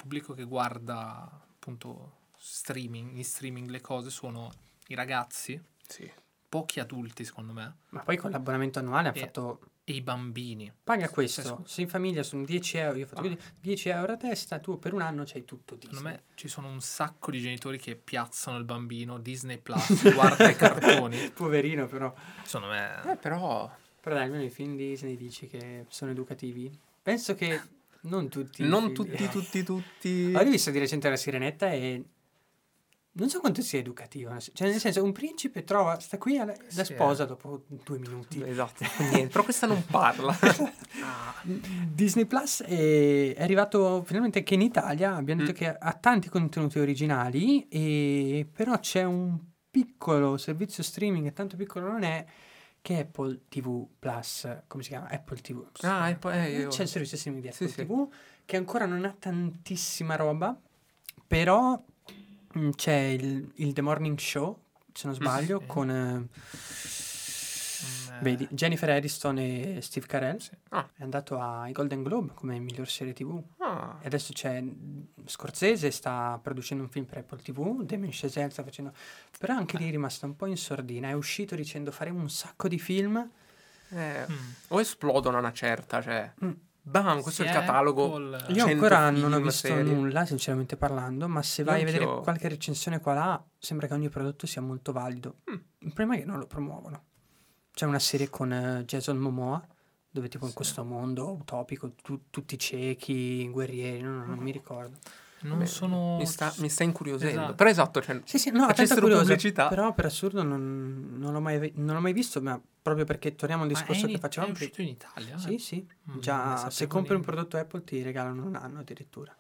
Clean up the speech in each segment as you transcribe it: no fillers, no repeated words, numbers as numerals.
pubblico che guarda appunto in streaming le cose sono i ragazzi, Sì. pochi adulti secondo me, Ma poi con l'abbonamento annuale hanno fatto... e i bambini. Paga questo, se in famiglia sono 10 euro, io ho fatto così, 10 euro a testa, tu per un anno c'hai tutto Disney. Secondo me ci sono un sacco di genitori che piazzano il bambino, Disney Plus, guarda i cartoni. Poverino però. Secondo me... Però Però dai, almeno i film Disney dici che sono educativi. Penso che non tutti. non i film- tutti. Ho rivisto di recente La Sirenetta e non so quanto sia educativa. Cioè, nel senso, un principe sta qui la Sì. sposa dopo 2 minuti. Esatto, niente, però questa non parla. Disney Plus è arrivato finalmente anche in Italia. Abbiamo detto che ha tanti contenuti originali, però c'è un piccolo servizio streaming, tanto piccolo non è, che è Apple TV Plus. Come si chiama? Apple TV. Ah, e poi io... C'è il servizio streaming di Apple Sì, sì. TV che ancora non ha tantissima roba, però c'è il The Morning Show, se non sbaglio, Sì. con vedi, Jennifer Aniston e Steve Carell. Sì. Ah. È andato ai Golden Globe come miglior serie TV. Ah, E adesso c'è Scorsese, sta producendo un film per Apple TV, Damien Chazelle sta facendo... Però anche lì è rimasto un po' in sordina, è uscito dicendo faremo un sacco di film. o esplodono a una certa, cioè... Bam, questo Sì, è il catalogo. Apple- Io 100 ancora non ho film, visto serie. nulla, sinceramente parlando, ma se vai a Neanch'io. vedere qualche recensione qua là, sembra che ogni prodotto sia molto valido. Il problema è che non lo promuovono. C'è una serie con Jason Momoa, dove tipo in questo mondo utopico, tutti ciechi, guerrieri, non mi ricordo. Non sono... Mi sta incuriosendo. Esatto. Però esatto, cioè, Sì, no, è tanta facessero curiosa, pubblicità. però per assurdo non l'ho mai visto, ma proprio perché torniamo al Ma discorso è che facevamo è prima. uscito in Italia? Sì, sì, non già ne se sapevo compri un niente. prodotto Apple ti regalano un anno addirittura.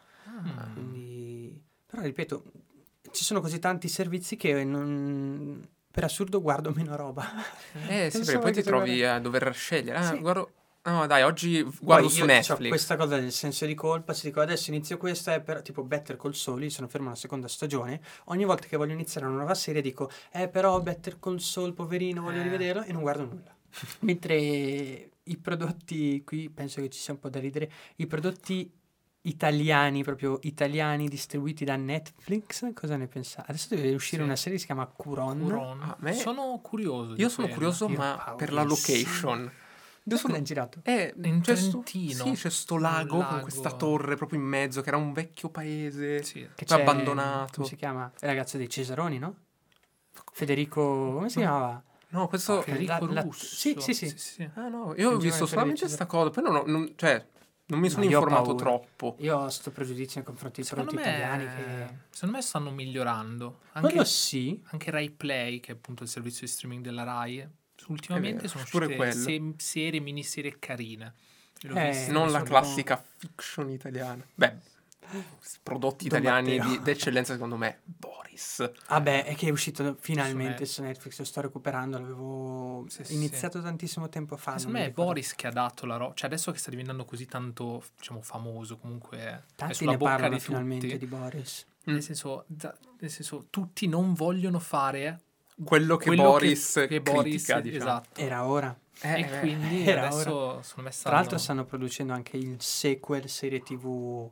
Quindi, però ripeto, ci sono così tanti servizi che per assurdo guardo meno roba. Sì, Non so perché poi ti che trovi a dover scegliere. Sì. Guardo... No, dai, oggi guardo Poi su io Netflix. c'ho questa cosa del senso di colpa, se dico adesso inizio questa, è per tipo Better Call Saul, io sono fermo alla seconda stagione, ogni volta che voglio iniziare una nuova serie dico però Better Call Saul, poverino, voglio rivederlo e non guardo nulla. Mentre i prodotti, qui penso che ci sia un po' da ridere, i prodotti italiani, proprio italiani distribuiti da Netflix, cosa ne pensate? Adesso deve uscire una serie che si chiama Curon. Curon. A me- Sono curioso di Io sono quello. curioso, Io ma paura. per la location. Io Dove sono... l'hanno girato? In c'è Trentino. Sì, c'è sto Un lago con lago. questa torre proprio in mezzo, che era un vecchio paese. Sì. Che poi c'è, abbandonato. come si chiama? Il ragazzo dei Cesaroni, no? Federico, come si chiamava? No, questo... Federico la- Russo. sì. Ah no, io ho Il visto giovane solamente Federico sta cosa, poi non mi sono io ho informato paura. troppo. Io ho sto pregiudizio nei confronti dei Secondo prodotti me, italiani che... secondo me stanno migliorando. Quello sì. Anche Rai Play, che è appunto il servizio di streaming della Rai, ultimamente È vero, sono pure uscite quello. serie, miniserie carine. Io l'ho Eh, vista, Non la sono- classica fiction italiana. Beh, prodotti Don italiani Matteo. d'eccellenza secondo me. Boris. Vabbè, è che è uscito finalmente Su su Netflix, lo sto recuperando, l'avevo Sì, iniziato tantissimo tempo fa. non Secondo mi me è ricordo. Boris che ha dato la roba. Cioè, adesso che sta diventando così tanto, diciamo, famoso, comunque è Tanti sulla ne bocca parlano di finalmente tutti. di Boris. Nel senso, tutti non vogliono fare Quello che quello Boris che Boris, critica, diciamo. esatto. Era ora. E quindi era adesso secondo me Tra l'altro stanno producendo anche il sequel serie TV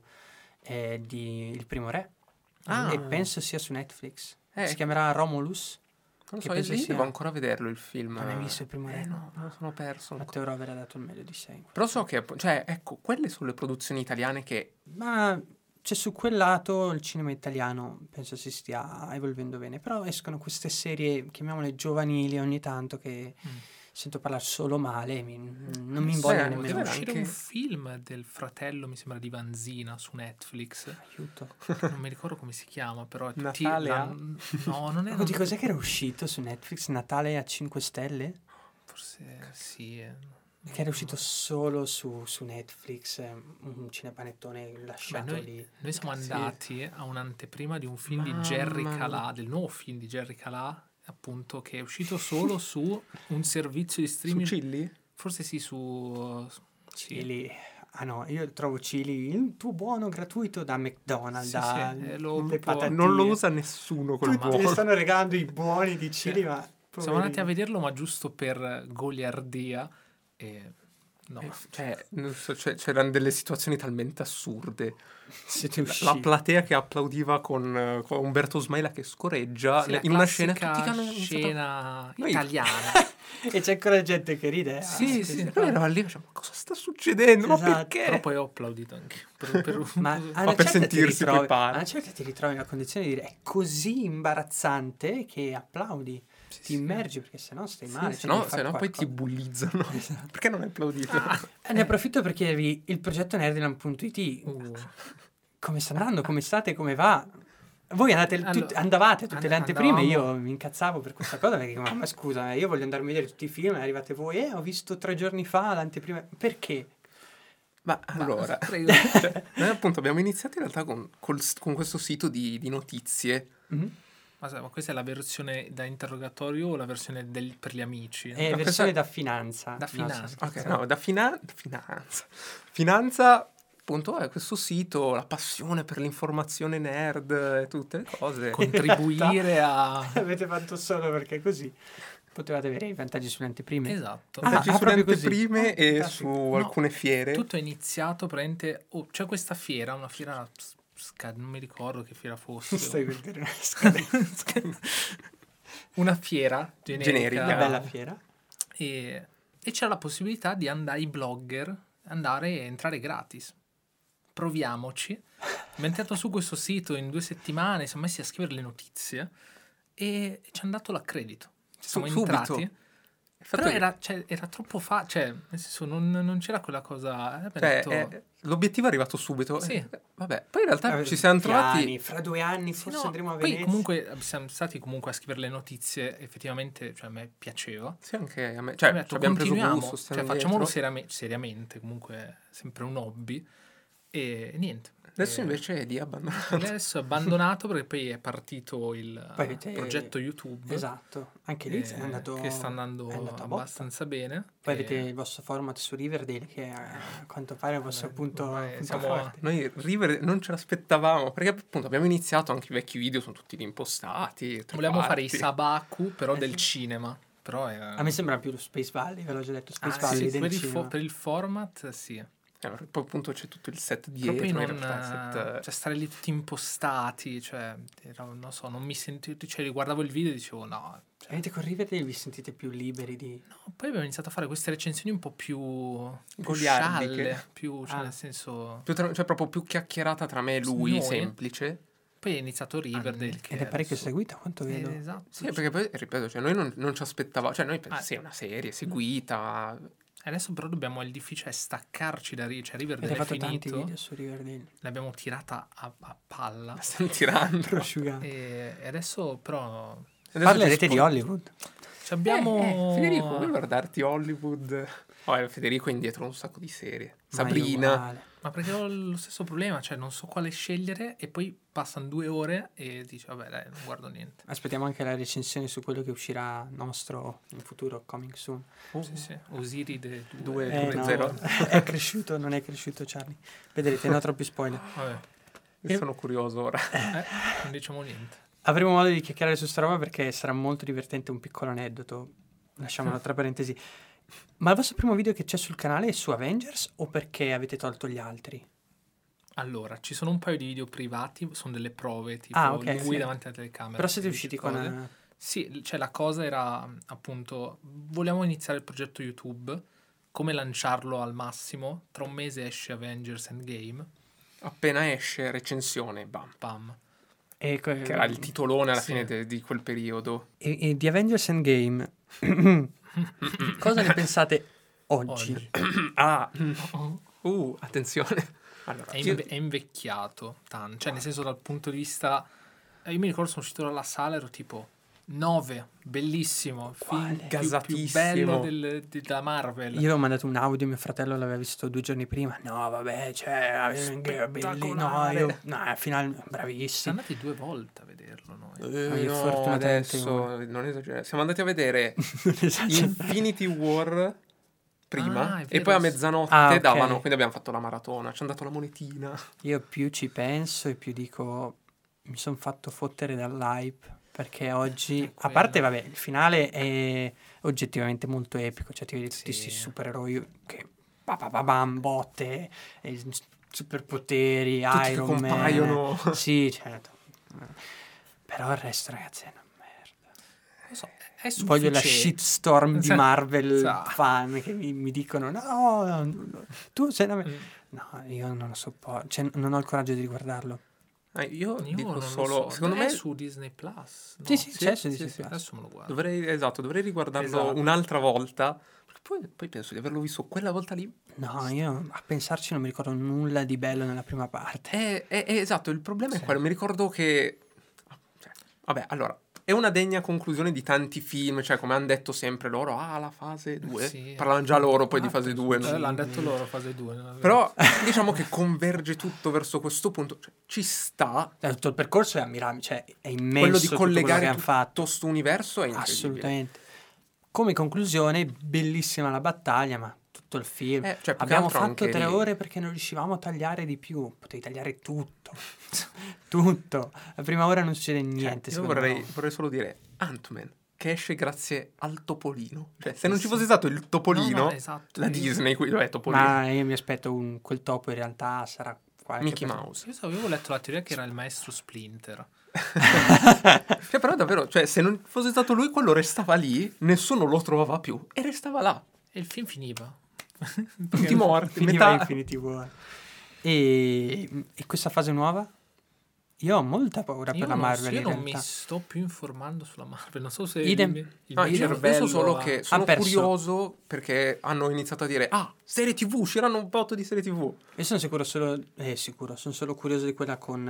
di Il Primo Re. Ah. E penso sia su Netflix. Eh. Si chiamerà Romulus. Non che so, penso lì sia- devo ancora vederlo il film. Non hai visto Il Primo Re? No, me lo sono perso. Matteo Rovere ha dato il meglio di sé. Però so che, cioè, ecco, quelle sono le produzioni italiane che... Ma cioè, su quel lato il cinema italiano penso si stia evolvendo bene. Però escono queste serie, chiamiamole giovanili, ogni tanto che sento parlare solo male. Non mi invoglia Sì, nemmeno. deve era uscire anche- un film del fratello, mi sembra, di Vanzina su Netflix. Aiuto. Non mi ricordo come si chiama, però tutti Natale No, non è Di cos'è che era uscito su Netflix? Natale a 5 stelle? Forse sì. Che era uscito solo su Netflix, un cinepanettone Beh, lasciato lì. noi siamo Sì. andati a un'anteprima di un film di Mamma Jerry mia. Calà, del nuovo film di Jerry Calà, appunto, che è uscito solo su un servizio di Su streaming. Chilli? Forse sì, su... Sì. Chili. Ah no, io trovo Chili il tuo buono gratuito da McDonald's, Sì, da sì, le proprio- patatine. Non lo usa nessuno quel Tutti le buono. stanno regalando i buoni di Chili, ma Siamo andati a poverini. vederlo, ma giusto per goliardia. E no. Cioè, non so, c'erano delle situazioni talmente assurde. Siete la usciti. platea che applaudiva con Umberto Smaila che scorreggia Sì, la in una scena classica tutti che hanno iniziato- scena Noi- italiana. E c'è ancora gente che ride. Sì, sì, noi eravamo lì e facciamo, ma cosa sta succedendo? Ma Esatto. perché? Però poi ho applaudito anche. Ma a Ma una per certa ti sentirsi ritrovi, quei pari. a una certa ti ritrovi nella condizione di dire è così imbarazzante che applaudi, ti immergi perché sennò stai male. Sì, cioè devi se fare no poi ti qualcosa. bullizzano. Perché non hai applaudito? Ne approfitto per chiedervi il progetto Nerdland.it. Come sta andando? Come state? Come va? Voi andavate tutte le anteprime, io mi incazzavo per questa cosa perché ma scusa, io voglio andarmi a vedere tutti i film e arrivate voi, ho visto 3 giorni fa l'anteprima, perché? Ma allora, prego. cioè, noi appunto abbiamo iniziato in realtà con questo sito di notizie. Mhm. Ma questa è la versione da interrogatorio o la versione per gli amici? È No, versione questa- da finanza. Da finanza. Ok, no, da finanza. Finanza, appunto, è questo sito, la passione per l'informazione nerd e tutte le cose. Contribuire a... Avete fatto solo perché così potevate avere i vantaggi sulle anteprime. Esatto. Vantaggi sulle proprio così. anteprime e Fantastico. su No, alcune fiere. Tutto è iniziato praticamente... c'è questa fiera, una fiera... non mi ricordo che fiera fosse. Stai per dire una scadenza. Una fiera generica. Una bella fiera. E c'era la possibilità di andare ai blogger, andare e entrare gratis. Proviamoci. Abbiamo entrato su questo sito in 2 settimane, siamo messi a scrivere le notizie e ci hanno dato l'accredito. Ci siamo Subito. entrati. Fatto Però che- era troppo facile, nel senso non c'era quella cosa... abbiamo cioè, detto, l'obiettivo è arrivato subito. Sì. Vabbè, poi in realtà Avete ci siamo piani, trovati. fra 2 anni sì, forse no, andremo a poi Venezia. comunque siamo stati comunque a scrivere le notizie, effettivamente, cioè a me piaceva. Sì, anche a me. Cioè, Abbiamo detto, ci abbiamo preso continuiamo, gusto. cioè, stiamo facciamolo dietro. seriamente, comunque è sempre un hobby. E niente. Adesso E invece è di abbandonato. adesso è abbandonato perché poi è partito il Poi avete- progetto YouTube. Esatto, anche lì è andato, che sta andando è andato a botta. abbastanza bene. Poi E- avete il vostro format su Riverdale che a quanto pare è il vostro punto ormai siamo- forte. Noi River non ce l'aspettavamo perché appunto abbiamo iniziato anche i vecchi video, sono tutti lì impostati. Volevamo fare i parti. Sabaku, però Eh del sì. cinema. Però è... A me sembra più lo Space Valley, ve l'ho già detto, Space Ah, Valley sì, del per cinema. per il format, sì. Poi appunto c'è tutto il set Però dietro. poi in non... realtà, il set, cioè, stare lì tutti impostati, cioè, non so, non mi sentivo... Cioè, guardavo il video e dicevo, no. Cioè, Avete con Riverdale vi sentite più liberi di... no. Poi abbiamo iniziato a fare queste recensioni un po' più Goliardiche. scialle, più, cioè, Ah. nel senso... cioè proprio più chiacchierata tra me e lui, Noi? semplice. Poi è iniziato Riverdale. Anni. Che Ed è parecchio adesso- seguita, quanto vedo. Esatto. Sì, perché poi, ripeto, cioè noi non ci aspettavamo, cioè noi Ah. sì, è una serie seguita. Adesso però dobbiamo, il difficile è staccarci da Riverdale. Cioè, Avete Riverdale è fatto tanti finito, video su Riverdale. l'abbiamo tirata a palla. La stiamo tirando. Prosciugato. E adesso però... Adesso Parlerete ci di Hollywood. ci abbiamo... Federico, vuoi guardarti Hollywood? Oh, Federico è indietro un sacco di serie. Ma io Sabrina. uguale. Ma perché ho lo stesso problema, cioè non so quale scegliere e poi passano 2 ore e dici vabbè dai, non guardo niente. Aspettiamo anche la recensione su quello che uscirà nostro in futuro, coming soon. Sì, sì. Osiride 2. Due. No, 2-0. è cresciuto, non è cresciuto Charlie. Vedrete, no troppi spoiler. Vabbè, Io sono curioso ora. non diciamo niente. Avremo modo di chiacchierare su sta roba perché sarà molto divertente un piccolo aneddoto. Lasciamolo tra parentesi. Ma il vostro primo video che c'è sul canale è su Avengers o perché avete tolto gli altri? Allora, ci sono un paio di video privati, sono delle prove, tipo Ah, ok, lui sì. davanti alla telecamera. Però siete che dice usciti con... cose. Sì, cioè la cosa era appunto, vogliamo iniziare il progetto YouTube, come lanciarlo al massimo, tra un mese esce Avengers Endgame, Appena esce, recensione, bam. pam. e, Che era il titolone alla Sì. fine di quel periodo. e di Avengers Endgame, cosa ne pensate oggi? Ah, attenzione. Allora, È invecchiato tanto, cioè nel senso dal punto di vista... io mi ricordo sono uscito dalla sala, ero tipo 9, bellissimo, film più Gasatissimo. bello della Marvel. Io avevo mandato un audio, mio fratello l'aveva visto 2 giorni prima. No, vabbè, cioè, Spettacolare. finale, Siamo bravissimo. andati 2 volte a vederlo noi. io no, fortunatamente adesso non esagerare. Siamo andati a vedere Esatto. Infinity War prima Ah, è e vero, poi a sì. mezzanotte Ah, ok. davano, quindi abbiamo fatto la maratona, ci hanno dato la monetina. Io più ci penso e più dico, mi sono fatto fottere dall'hype. Perché oggi, a quello. parte, vabbè, il finale è oggettivamente molto epico. Cioè, ti vedi tutti Sì. questi supereroi che bam, botte, e superpoteri, Tutti che Iron Man. compaiono. Sì, certo. Però il resto, ragazzi, è una merda. Non so, è Voglio la sufficiente. shitstorm di Marvel Esatto. fan che mi dicono no, tu sei una... Mm. No, io non lo sopporto, cioè non ho il coraggio di riguardarlo. Io Io dico non solo, lo so. secondo È me su Disney Plus. No? Sì, sì, c'è su sì, Disney sì. Plus. Adesso me lo guardo. dovrei riguardarlo Esatto. un'altra volta. Perché poi penso di averlo visto quella volta lì. No, io a pensarci non mi ricordo nulla di bello nella prima parte. Esatto, il problema Sì. è quello. Mi ricordo che... cioè, vabbè, allora, è una degna conclusione di tanti film, cioè come hanno detto sempre loro, la fase 2. Sì. Parlavano già loro poi di Quattro, fase 2. sono L'hanno detto loro, fase 2. Però diciamo che converge tutto verso questo punto. Cioè, ci sta. Tutto il percorso è ammirabile, cioè è immenso Quello di tutto quello che collegare hanno fatto. tutto sto universo è incredibile. Assolutamente. Come conclusione, bellissima la battaglia, ma tutto il film. Cioè, più che Abbiamo altro fatto anche 3 lì. ore perché non riuscivamo a tagliare di più. Potevi tagliare tutto. Tutto. La prima ora non succede niente. Io secondo me. vorrei solo dire Ant-Man, che esce grazie al topolino. Cioè, se non ci fosse stato il topolino, No, esatto. la Disney, topolino. Ma io mi aspetto quel topo in realtà sarà qualche Mickey persona. Mouse. Io avevo letto la teoria che era il maestro Splinter. Cioè, però davvero, cioè, se non fosse stato lui, quello restava lì, nessuno lo trovava più e restava là. E il film finiva. Tutti morti. Finiva metà... Infinity War. E questa fase nuova? Io ho molta paura per Io la non, Marvel io in non realtà. mi sto più informando sulla Marvel. Non so se Idem. il No, mio io cervello so solo ha- che sono perso. curioso perché hanno iniziato a dire serie TV, usciranno un botto di serie TV. Io sono sono solo curioso di quella con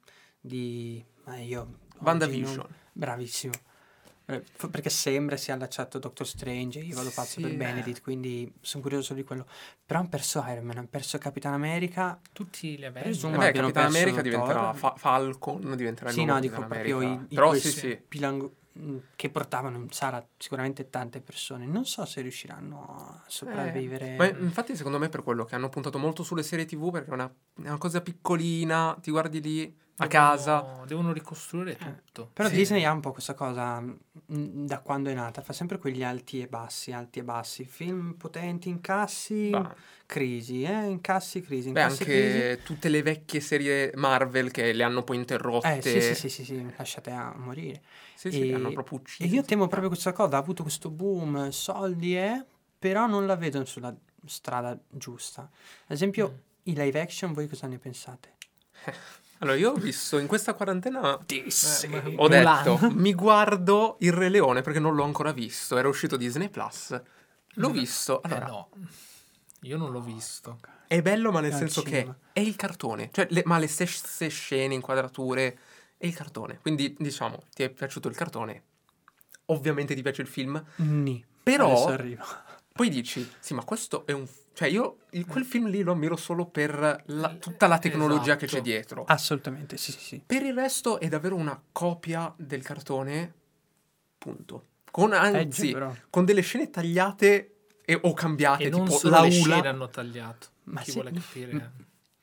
WandaVision. Bravissimo. Perché sembra sia allacciato a Doctor Strange e io vado pazzo Sì, per Benedict, quindi sono curioso solo di quello. Però hanno perso Iron Man, hanno perso Capitan America. tutti gli Presumo Avengers. abbiano Capitan perso America diventerà Thor. Falcon, diventerà il Sì, nuovo no, dico Capitan proprio America. i Però quei sì, sì. che portavano in sala sicuramente tante persone. Non so se riusciranno a sopravvivere. Ma infatti secondo me per quello che hanno puntato molto sulle serie TV, perché è una cosa piccolina, ti guardi lì a casa. Devono ricostruire tutto. Però Sì. Disney ha un po' questa cosa da quando è nata, fa sempre quegli alti e bassi, film potenti, incassi, Bah. crisi, incassi, crisi, Beh, incassi, crisi. anche tutte le vecchie serie Marvel che le hanno poi interrotte. Sì, lasciate a morire. Sì, sì, le hanno proprio E uccise. io temo proprio questa cosa, ha avuto questo boom, soldi, però non la vedo sulla strada giusta. Ad esempio, i live action, voi cosa ne pensate? Allora, io ho visto in questa quarantena, ho Mulan. detto, mi guardo Il Re Leone perché non l'ho ancora visto, era uscito Disney Plus, l'ho visto, allora, No, io non l'ho visto. è bello ma nel Al senso cinema. che è il cartone, cioè ma le stesse scene, inquadrature, è il cartone, quindi diciamo, ti è piaciuto il cartone, ovviamente ti piace il film, Nì. Però- Adesso arrivo. poi dici, sì ma questo è un... cioè io quel film lì lo ammiro solo per tutta la tecnologia che c'è Esatto. dietro. Assolutamente, sì. Per il resto è davvero una copia del cartone, punto. Anzi, Peggio, però. con delle scene tagliate o cambiate, E non tipo solo la le scene Ula. hanno tagliato. Ma Chi sì. vuole capire?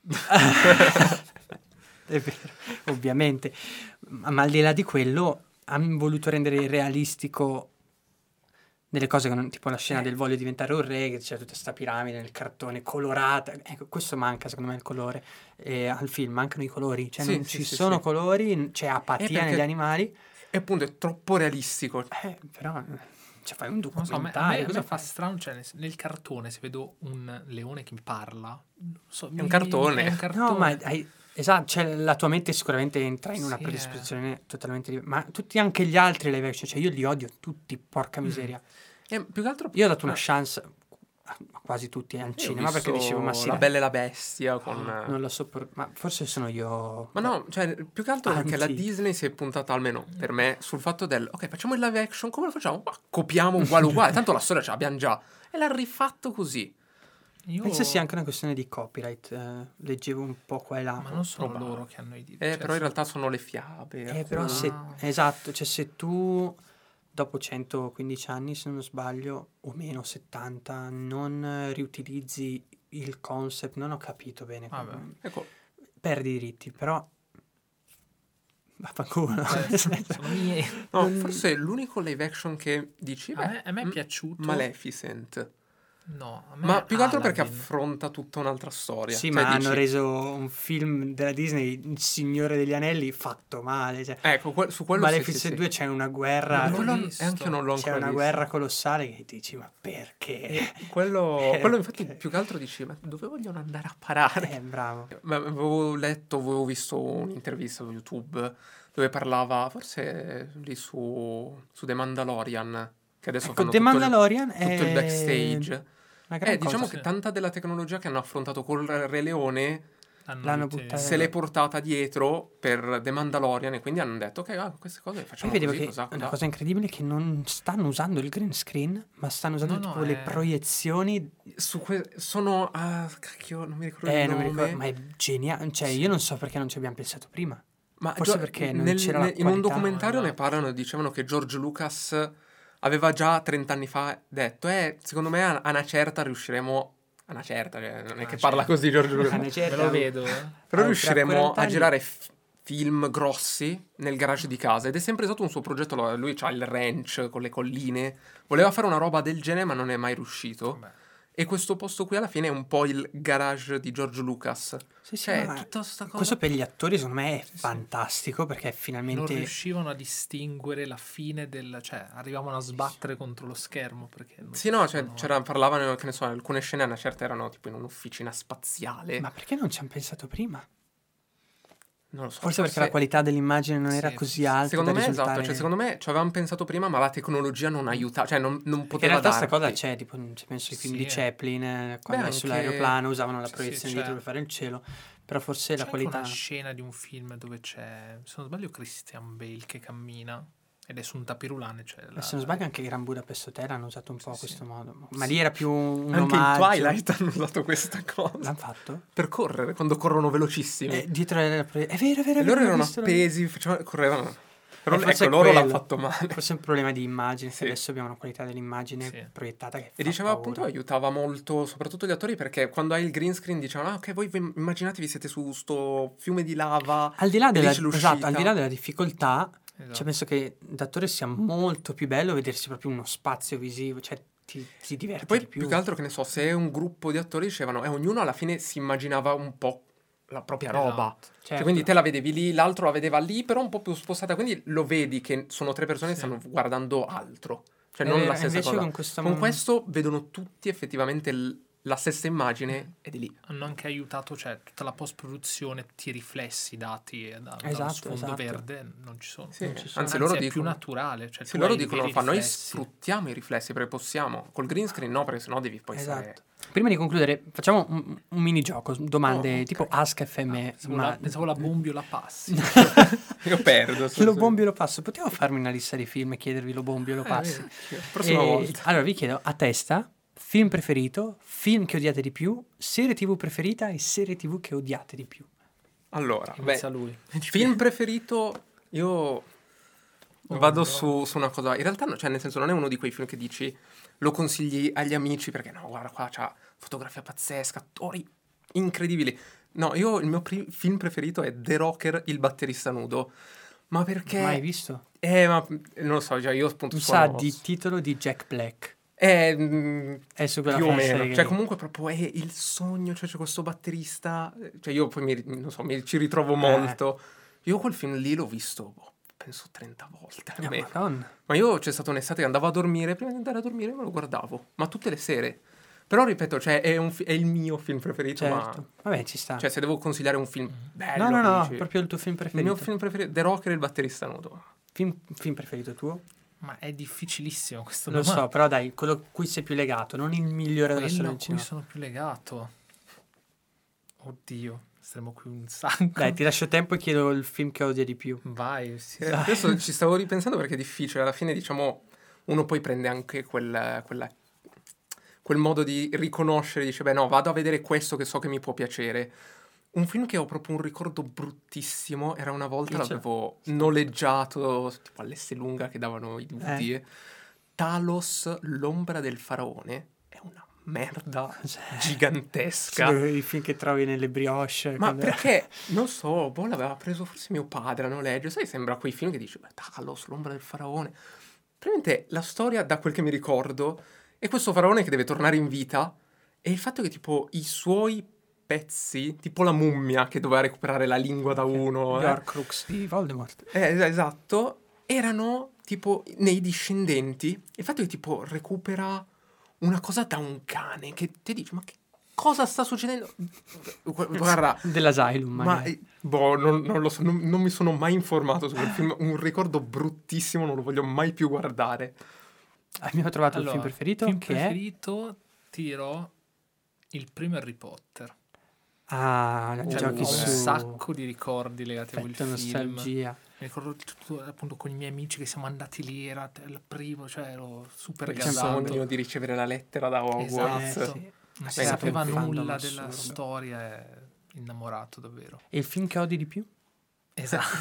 È vero, ovviamente. Ma al di là di quello, hanno voluto rendere realistico delle cose che non, tipo la scena del voglio diventare un re, che c'è tutta questa piramide nel cartone colorata. Ecco, questo manca secondo me il colore. Al film mancano i colori, cioè Sì, non sì, ci sì, sono sì. colori, c'è apatia perché- negli animali. E appunto è troppo realistico. Però cioè, fai un Non so, a me, documentario. a me cosa fa fai? strano, cioè nel cartone se vedo un leone che mi parla, non so, un cartone. È un cartone. No, ma esatto, cioè, la tua mente sicuramente entra in una Sì, predisposizione totalmente diversa. Ma tutti anche gli altri live action, cioè io li odio tutti, porca miseria. Più che altro Io ho dato una chance a quasi tutti al io ho cinema perché visto dicevo, ma sì, La dai, Bella e la Bestia con... non lo sopporto, ma forse sono io. Ma no, cioè, più che altro perché la Anti. Disney si è puntata, almeno per me, sul fatto del ok, facciamo il live action, come lo facciamo? Ma copiamo uguale, tanto la storia ce l'abbiamo già. E l'ha rifatto così. Io- Penso sia anche una questione di copyright, leggevo un po' qua e là. Ma non sono probabile. loro che hanno i diritti. Però in realtà sono le fiabe. Però Ah. esatto, cioè se tu dopo 115 anni, se non sbaglio, o meno 70, non riutilizzi il concept, non ho capito bene, Vabbè. Ecco, perdi i diritti, però vaffanculo. Sono miei. no, forse l'unico live action che dici, A me è piaciuto. Maleficent. No, a me Ma più che altro perché Aladdin. affronta tutta un'altra storia. Sì, Cioè, ma hanno dici, reso un film della Disney, Il Signore degli Anelli, fatto male. Cioè, ecco, su quello sì, Maleficent sì, sì. 2 c'è una Non guerra, l'ho Quello visto. e anche io non l'ho c'è ancora una visto. guerra colossale che dici, ma perché? Quello infatti Perché? più che altro dici, ma dove vogliono andare a parare? Bravo. Ma avevo visto un'intervista su YouTube dove parlava, forse lì su The Mandalorian, che adesso Ecco, fanno The Mandalorian tutto il è backstage. una gran Diciamo cosa. che sì. tanta della tecnologia che hanno affrontato col Re Leone L'hanno Ritenuto. buttata. se l'è portata dietro per The Mandalorian e quindi hanno detto ok, queste cose le Poi facciamo vedevo così, che cos'ha, una cos'ha. cosa incredibile è che non stanno usando il green screen, ma stanno usando No, tipo no, le è- proiezioni. Sono, cacchio, non mi ricordo il Non mi ricordo, nome. ma è geniale. Cioè, Sì. io non so perché non ci abbiamo pensato prima. Ma Forse perché non c'era la in un qualità. documentario ne Esatto. parlano e dicevano che George Lucas aveva già 30 anni fa detto, secondo me a una certa riusciremo, a una certa, cioè, non è che Una parla certa. così George Una Lucas, Me certa, lo vedo, eh. però tra riusciremo 40 a anni. girare film grossi nel garage di casa ed è sempre stato un suo progetto, lui ha il ranch con le colline, voleva fare una roba del genere ma non è mai riuscito. Vabbè. E questo posto qui alla fine è un po' il garage di George Lucas. Sì, sì, Cioè, ma tutta sta cosa. questo per gli attori secondo me è Sì, sì. fantastico perché Non finalmente riuscivano a distinguere la fine del... Cioè, arrivavano a sbattere contro lo schermo perché... non Sì, no, cioè, riuscivano parlavano, che ne so, alcune scene a una certa erano tipo in un'officina spaziale. ma perché non ci hanno pensato prima? Non lo so. Forse perché la qualità dell'immagine non era Sì, così sì. alta Secondo da me, risultare. esatto, cioè, secondo me ci avevamo pensato prima, ma la tecnologia non aiutava, cioè non Perché in poteva realtà sta darti. cosa c'è, tipo, se penso ai film Sì. di Chaplin, quando Beh, è sull'aeroplano usavano la Sì, sì, proiezione c'è. dietro per fare il cielo, però forse C'è la anche qualità... una scena di un film dove c'è, se non sbaglio, Christian Bale che cammina ed è su un tapirulane. Cioè Se non sbaglio anche Gran Budapest Hotel hanno usato un po' Sì, questo sì. modo, ma lì era più un Anche in omaggio. Twilight hanno usato questa cosa. L'hanno fatto? Per correre, quando corrono velocissimi. Dietro era è vero, E loro l'ho erano visto, appesi, correvano. Però forse ecco, è loro l'hanno quello. fatto male. Forse è un problema di immagine, Sì. che adesso abbiamo una qualità dell'immagine Sì. proiettata che E fa diceva paura. appunto aiutava molto, soprattutto gli attori, perché quando hai il green screen dicevano, ok, voi immaginatevi siete su sto fiume di lava. Al di là e della, lì c'è l'uscita. esatto, al di là della difficoltà, Esatto. cioè penso che d'attore sia molto più bello vedersi proprio uno spazio visivo, cioè ti diverti E poi di più. più che altro che ne so, se è un gruppo di attori dicevano, ognuno alla fine si immaginava un po' la propria roba. Esatto. Cioè, Certo. quindi te la vedevi lì, l'altro la vedeva lì, però un po' più spostata, quindi lo vedi che sono tre persone che Sì. stanno guardando altro. Cioè È non vero, la stessa invece cosa. con questo- Con questo vedono tutti effettivamente la stessa immagine ed è lì. Hanno anche aiutato, cioè tutta la post-produzione, tutti i riflessi dati dallo Esatto, sfondo esatto. verde non ci sono. Sì, Non ci sono. anzi, loro è più dicono- naturale. Cioè, Sì, tu loro hai i dicono, veri noi riflessi. sfruttiamo i riflessi perché possiamo. Col green screen no, perché sennò devi poi stare... Esatto. Prima di concludere, facciamo un minigioco, domande Oh, ok. tipo Ask FM. Pensavo la bombi o la passi. Io perdo. Lo bombi o lo passo? Potevo farmi una lista di film e chiedervi lo bombi o lo passi? Prossima E- volta. Allora vi chiedo a testa, film preferito, film che odiate di più, serie TV preferita e serie TV che odiate di più. Allora, Inizia lui. film preferito, io Oh, vado no. su una cosa. In realtà, cioè, nel senso, non è uno di quei film che dici lo consigli agli amici perché no, guarda qua c'ha fotografia pazzesca, attori incredibili. No, io il mio film preferito è The Rocker, il batterista nudo. Ma perché? Mai visto? Ma non lo so, già io appunto Mi sa suono... di titolo di Jack Black. È È su quella più o falsa meno, riga cioè lì. comunque proprio è il sogno, cioè c'è questo batterista, cioè io poi non so, ci ritrovo molto. Io quel film lì l'ho visto, penso 30 volte almeno. Madonna. Ma io c'è stata un'estate che andavo a dormire, prima di andare a dormire me lo guardavo, ma tutte le sere. Però ripeto, cioè è il mio film preferito, Certo. Vabbè, ci sta. ma cioè se devo consigliare un film bello, no, dici, proprio il tuo film il preferito. mio film preferito, The Rocker, il batterista nudo. Film preferito tuo? Ma è difficilissimo questo Lo so, però dai, quello a cui sei più legato, non il migliore della storia Quello a del cui cinema. sono più legato. Oddio, staremo qui un sacco. Dai, ti lascio tempo e chiedo il film che odia di più. Vai, sì. Adesso ci stavo ripensando perché è difficile, alla fine diciamo uno poi prende anche quel modo di riconoscere, dice beh no, vado a vedere questo che so che mi può piacere. Un film che ho proprio un ricordo bruttissimo, era una volta, Dice. l'avevo noleggiato tipo all'Esselunga che davano i DVD. Talos, l'ombra del faraone, è una merda gigantesca. I film che trovi nelle brioche. Ma quando- perché, non so, l'aveva preso forse mio padre a noleggio, sai, sembra quei film che dici, beh, Talos, l'ombra del faraone. Probabilmente la storia, da quel che mi ricordo, e questo faraone che deve tornare in vita, e il fatto che tipo i suoi pezzi, tipo la mummia che doveva recuperare la lingua da uno, Gli Horcrux di Voldemort. esatto, erano tipo nei discendenti. Il fatto che tipo recupera una cosa da un cane, che ti dici, ma che cosa sta succedendo? Guarda, Dell'Asylum, ma magari. non lo so, non mi sono mai informato su quel film, un ricordo bruttissimo, non lo voglio mai più guardare. Abbiamo trovato il Allora, film preferito, film che preferito, tiro il primo Harry Potter. è... Ah, Cioè, giochi ho su... un sacco di ricordi legati a quel Effetto film. nostalgia. Mi ricordo tutto, appunto con i miei amici che siamo andati lì, era il primo, cioè ero super Il gasato. sogno di ricevere la lettera da Hogwarts. Esatto. sì. Non si Beh, sapeva un fandom nulla della assurdo. storia, è innamorato davvero. E il film che odi di più? Esatto.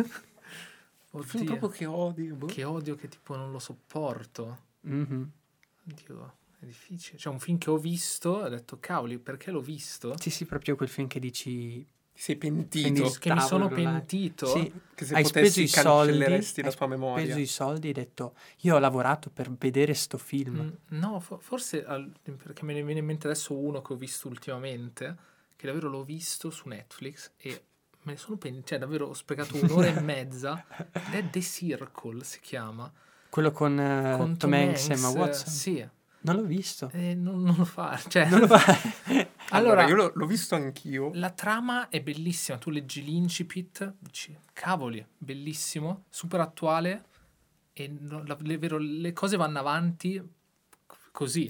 Un film Oddio, proprio che odio. boh. che odio che tipo non lo sopporto. Mhm. Oddio, è difficile. Cioè un film che ho visto, ho detto cavoli, perché l'ho visto? Sì, sì, proprio quel film che dici... Ti sei pentito. Quindi Che mi sono Tavolo, pentito. Sì, Che se hai speso potessi i soldi, cancelleresti la hai sua memoria. speso i soldi e hai detto, io ho lavorato per vedere sto film. No, forse perché me ne viene in mente adesso uno che ho visto ultimamente, che davvero l'ho visto su Netflix e me ne sono cioè davvero ho sprecato un'ora e mezza ed è The Circle si chiama, Quello con, con Tom Hanks e Emma Hanks, Watson. sì, Non l'ho visto. non lo fa, cioè Non lo fa. Allora, io l'ho visto anch'io. la trama è bellissima, tu leggi l'incipit, dici, cavoli, bellissimo, super attuale e le cose vanno avanti così.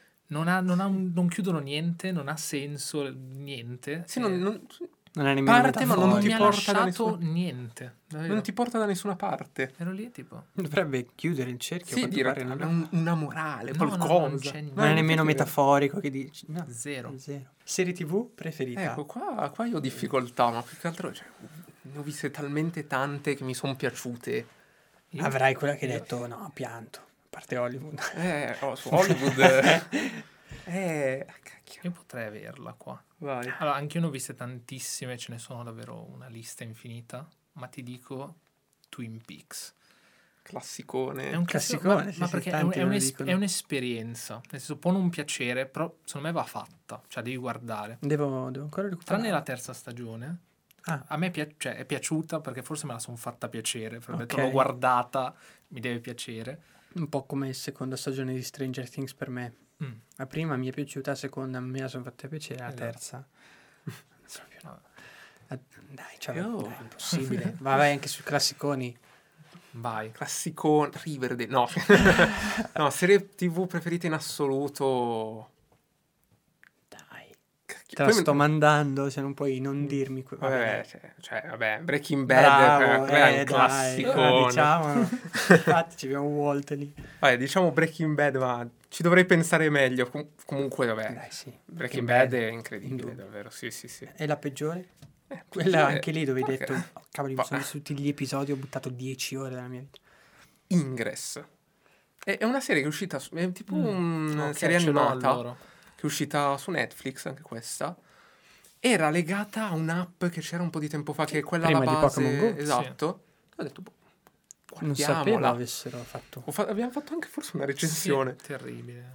Non chiudono niente, non ha senso niente. Sì, non Non è nemmeno parte, ma non non ti mi ha porta da lasciato nessuna... niente. davvero. Non ti porta da nessuna parte. Ero lì tipo... Dovrebbe chiudere il cerchio. Sì, quanto dire pare, non è- una morale, No, qualcosa. non c'è non è nemmeno metaforico che dici. No, Zero. è zero. Serie TV preferita? Ecco, qua io ho difficoltà, ma più che altro cioè, ne ho viste talmente tante che mi sono piaciute. Io- Avrai quella che hai detto, no, ho pianto. A parte Hollywood. Su Hollywood... cacchio. Io potrei averla qua. Vai. Allora, anche io ne ho viste tantissime, ce ne sono davvero una lista infinita, ma ti dico Twin Peaks. Classicone. È un Classicone, ma, sì, ma sì, perché tanti è me lo dicono. è un'esperienza. Nel senso, può non piacere, però secondo me va fatta. Cioè, devi guardare. Devo ancora recuperare. Tranne la terza stagione. Ah. A me cioè, è piaciuta perché forse me la sono fatta piacere. Perché ho detto, Ok. l'ho guardata, mi deve piacere. Un po' come seconda stagione di Stranger Things per me. Mm. La prima mi è piaciuta, la seconda me la sono fatta piacere, la Esatto. terza... Vabbè. Dai, cioè, Oh. dai, è impossibile. Vai anche sui classiconi. Vai. Classicone. Riverdale. No. No, serie TV preferita in assoluto... Dai. Cacchio. Te la Poi sto mandando, se non puoi non dirmi... Vabbè, vabbè, Breaking Bad Bravo, è un dai, classicone. diciamolo. Infatti ci abbiamo Walt lì. Vabbè, diciamo Breaking Bad, ma ci dovrei pensare meglio. Comunque, vabbè, Dai, sì. Breaking Bad è in incredibile, dubbio. davvero, sì, sì, sì. E la peggiore? Quella Quella anche lì dove hai perché? detto, oh, cavoli, mi sono visto tutti gli episodi, ho buttato 10 ore della mia vita. Ingress. È una serie che è uscita, è tipo una Ok, serie ce l'ho animata, allora. che è uscita su Netflix, anche questa. Era legata a un'app che c'era un po' di tempo fa, che è quella Prima alla di base. Pokémon Go? Esatto. Ho detto, boh, Non sapevo guardiamola. avessero fatto. Abbiamo fatto anche forse una recensione. Sì, terribile.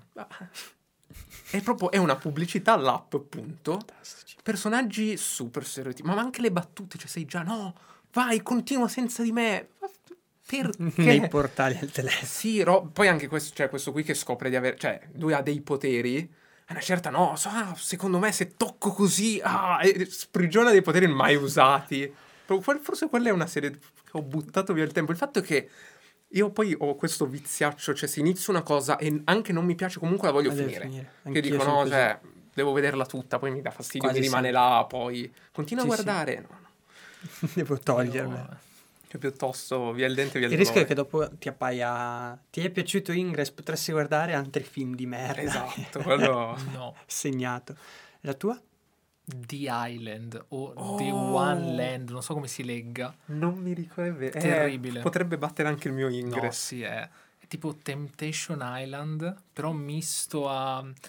È una pubblicità all'app, appunto. Fantastici. Personaggi super stereotipi, ma anche le battute, cioè sei già, no, vai, continua senza di me. Ma perché? Nei portali al telefono. Sì, poi anche questo, cioè, questo qui che scopre di avere, cioè, lui ha dei poteri, a una certa no, secondo me se tocco così, e sprigiona dei poteri mai usati. Forse quella è una serie che ho buttato via il tempo. Il fatto è che io poi ho questo viziaccio, cioè se inizio una cosa e anche non mi piace, comunque la voglio Ma deve finire. finire. Che Anch'io dico, sono no, così. cioè, devo vederla tutta, poi mi dà fastidio, Quasi mi rimane sempre. là, poi continua Sì, a guardare. No. Devo togliermela. Io- Cioè, piuttosto via il dente, via il Il rischio è dolore. che dopo ti appaia... Ti è piaciuto Ingress, potresti guardare altri film di merda. Esatto, quello... No. Segnato. La tua? The Island o The Oh. One Land, non so come si legga. Non mi ricordo. Terribile. Potrebbe battere anche il mio No, Ingress. sì, è tipo Temptation Island, però misto a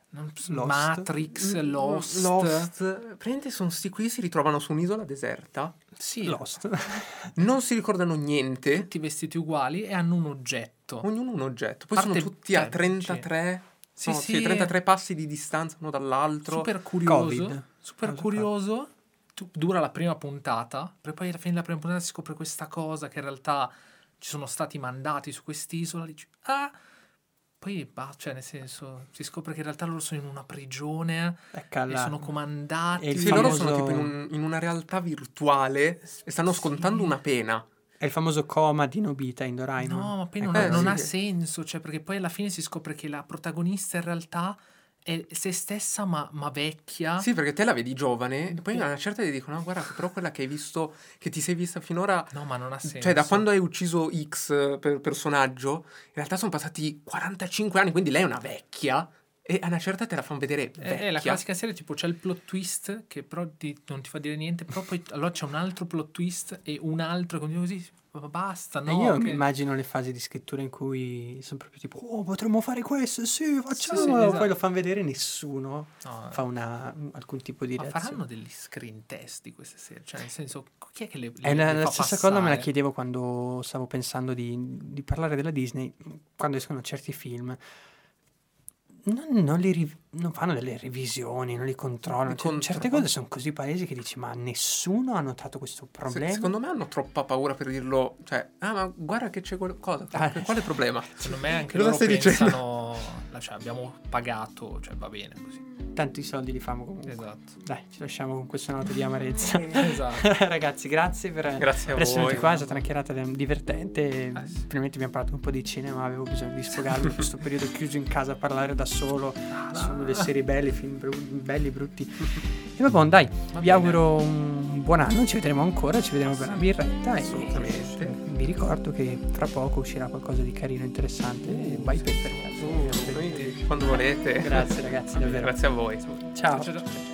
Matrix, Lost. Praticamente sono sti qui, si ritrovano su un'isola deserta, Sì, Lost. non si ricordano niente, tutti vestiti uguali e hanno un oggetto. ognuno un oggetto. Poi Parte- sono tutti a cioè, 33, sì, no, sì. 33 passi di distanza uno dall'altro. Super curioso. Covid. Super Cosa curioso. Dura la prima puntata, poi alla fine della prima puntata si scopre questa cosa che in realtà ci sono stati mandati su quest'isola. Dici, poi cioè nel senso si scopre che in realtà loro sono in una prigione Ecco e sono comandati. E il Sì, loro famoso- sono tipo in una realtà virtuale e stanno scontando una pena. È il famoso coma di Nobita in Doraemon. No, ma poi Ecco, non ha sì. senso, cioè perché poi alla fine si scopre che la protagonista in realtà è se stessa ma vecchia. Sì, perché te la vedi giovane e poi a una certa ti dicono, no, guarda, però quella che hai visto, che ti sei vista finora, No, ma non ha senso. cioè da quando hai ucciso X personaggio, in realtà sono passati 45 anni, quindi lei è una vecchia e a una certa te la fanno vedere vecchia. È la classica serie, tipo c'è il plot twist che però non ti fa dire niente, però poi allora c'è un altro plot twist e un altro e continua così, basta, E no? io mi che- immagino le fasi di scrittura in cui sono proprio tipo, oh, potremmo fare questo, sì, facciamo. sì, esatto. Poi lo fanno vedere, nessuno no, fa alcun tipo di ma reazione. faranno degli screen test di queste serie? Cioè, nel senso, chi è che le È la le fa stessa cosa me la passare? chiedevo quando stavo pensando di parlare della Disney, quando escono certi film. Non fanno delle revisioni, non li controllano. Cioè, certe cose sono così palesi che dici, ma nessuno ha notato questo problema? Secondo me hanno troppa paura per dirlo, cioè, ma guarda che c'è qualcosa, qual è il problema? Secondo me anche Cosa loro stai pensano, cioè abbiamo pagato, cioè va bene così. Tanti soldi li famo comunque. Esatto. Dai, ci lasciamo con questa nota di amarezza. Esatto. Ragazzi, grazie per Grazie a essere venuti voi. qua, è stata una chiarata divertente. sì. Finalmente abbiamo parlato un po' di cinema, avevo bisogno di sfogarmi in questo periodo chiuso in casa a parlare da solo sulle serie belle, film belli, brutti. E vabbè, dai, vi bene. auguro un buon anno, ci vedremo ancora, ci vedremo per una birretta Assolutamente. e vi ricordo che fra poco uscirà qualcosa di carino, interessante. By Paper. Noi, quando volete. Grazie ragazzi, davvero. Grazie a voi. Ciao. Ciao, ciao, ciao.